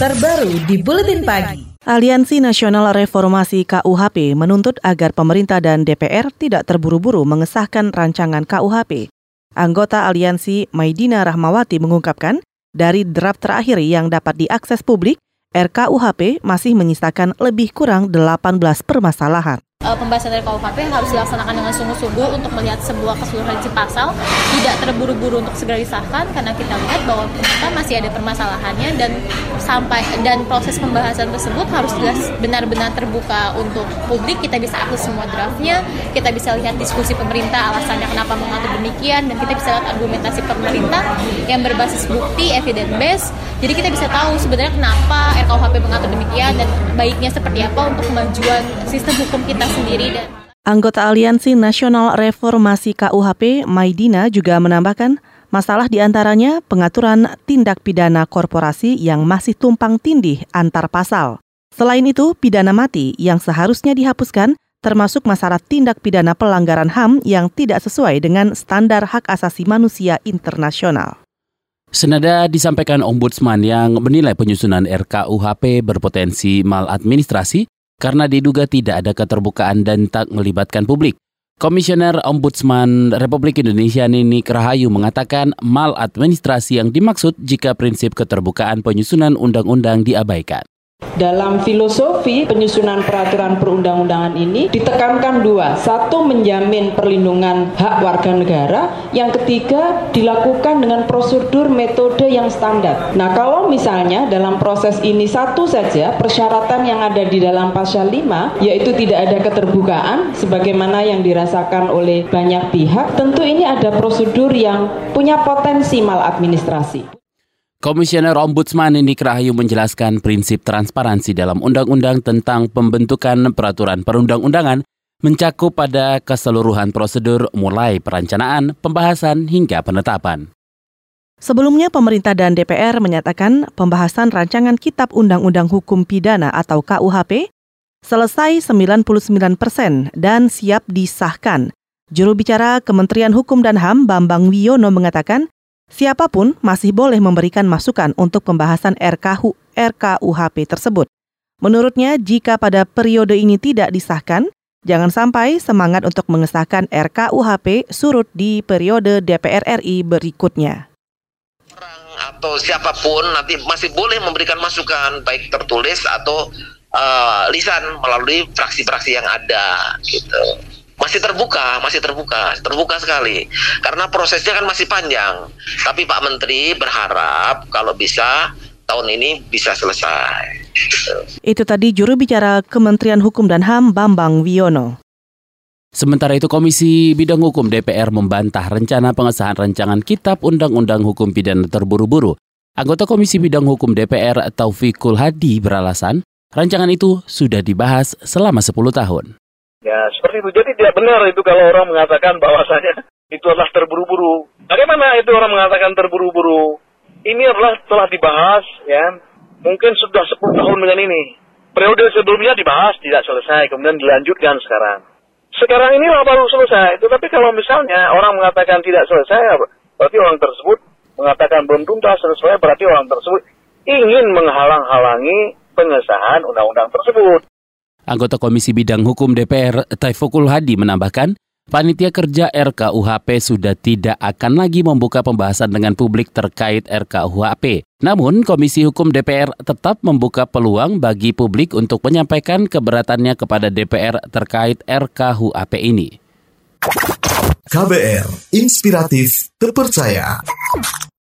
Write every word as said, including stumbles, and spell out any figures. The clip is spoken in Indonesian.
terbaru di Buletin Pagi. Aliansi Nasional Reformasi K U H P menuntut agar pemerintah dan D P R tidak terburu-buru mengesahkan rancangan K U H P. Anggota Aliansi Maidina Rahmawati mengungkapkan, dari draft terakhir yang dapat diakses publik, R K U H P masih menyisakan lebih kurang delapan belas permasalahan. Pembahasan R K U H P harus dilaksanakan dengan sungguh-sungguh untuk melihat sebuah keseluruhan isi pasal, tidak terburu-buru untuk segera disahkan karena kita lihat bahwa pemerintah masih ada permasalahannya dan sampai dan proses pembahasan tersebut harus jelas benar-benar terbuka untuk publik. Kita bisa akses semua draftnya, kita bisa lihat diskusi pemerintah alasannya kenapa mengatur demikian, dan kita bisa lihat argumentasi pemerintah yang berbasis bukti, evidence based. Jadi kita bisa tahu sebenarnya kenapa R K U H P mengatur demikian dan baiknya seperti apa untuk kemajuan sistem hukum kita sendiri. Dan Anggota Aliansi Nasional Reformasi K U H P, Maidina, juga menambahkan masalah diantaranya pengaturan tindak pidana korporasi yang masih tumpang tindih antar pasal. Selain itu, pidana mati yang seharusnya dihapuskan, termasuk masalah tindak pidana pelanggaran H A M yang tidak sesuai dengan standar hak asasi manusia internasional. Senada disampaikan Ombudsman yang menilai penyusunan R K U H P berpotensi maladministrasi karena diduga tidak ada keterbukaan dan tak melibatkan publik. Komisioner Ombudsman Republik Indonesia Ninik Rahayu mengatakan maladministrasi yang dimaksud jika prinsip keterbukaan penyusunan undang-undang diabaikan. Dalam filosofi penyusunan peraturan perundang-undangan ini ditekankan dua. Satu, menjamin perlindungan hak warga negara. Yang ketiga, dilakukan dengan prosedur metode yang standar. Nah, kalau misalnya dalam proses ini satu saja persyaratan yang ada di dalam pasal lima, yaitu tidak ada keterbukaan sebagaimana yang dirasakan oleh banyak pihak, tentu ini ada prosedur yang punya potensi maladministrasi. Komisioner Ombudsman Ninik Rahayu menjelaskan prinsip transparansi dalam Undang-Undang tentang pembentukan peraturan perundang-undangan mencakup pada keseluruhan prosedur mulai perencanaan, pembahasan hingga penetapan. Sebelumnya, pemerintah dan D P R menyatakan pembahasan rancangan Kitab Undang-Undang Hukum Pidana atau K U H P selesai sembilan puluh sembilan persen dan siap disahkan. Juru bicara Kementerian Hukum dan H A M Bambang Wiono mengatakan, siapapun masih boleh memberikan masukan untuk pembahasan R K U H P tersebut. Menurutnya, jika pada periode ini tidak disahkan, jangan sampai semangat untuk mengesahkan R K U H P surut di periode D P R R I berikutnya. Orang atau siapapun nanti masih boleh memberikan masukan, baik tertulis atau uh, lisan melalui fraksi-fraksi yang ada, gitu. Masih terbuka, masih terbuka, terbuka sekali. Karena prosesnya kan masih panjang. Tapi Pak Menteri berharap kalau bisa tahun ini bisa selesai. Gitu. Itu tadi juru bicara Kementerian Hukum dan H A M Bambang Wiono. Sementara itu, Komisi Bidang Hukum D P R membantah rencana pengesahan rancangan Kitab Undang-Undang Hukum Pidana terburu-buru. Anggota Komisi Bidang Hukum D P R Taufikul Hadi beralasan, rancangan itu sudah dibahas selama sepuluh tahun. Ya, seperti itu. Jadi tidak benar itu kalau orang mengatakan bahwasanya itu adalah terburu-buru. Bagaimana itu orang mengatakan terburu-buru? Ini adalah telah dibahas, ya, mungkin sudah sepuluh tahun dengan ini. Periode sebelumnya dibahas, tidak selesai, kemudian dilanjutkan sekarang. Sekarang inilah baru selesai. Tetapi kalau misalnya orang mengatakan tidak selesai, berarti orang tersebut mengatakan belum tuntas selesai, berarti orang tersebut ingin menghalang-halangi pengesahan undang-undang tersebut. Anggota Komisi Bidang Hukum D P R Taufikul Hadi menambahkan, panitia kerja R K U H P sudah tidak akan lagi membuka pembahasan dengan publik terkait R K U H P. Namun, Komisi Hukum D P R tetap membuka peluang bagi publik untuk menyampaikan keberatannya kepada D P R terkait R K U H P ini. K B R, inspiratif, terpercaya.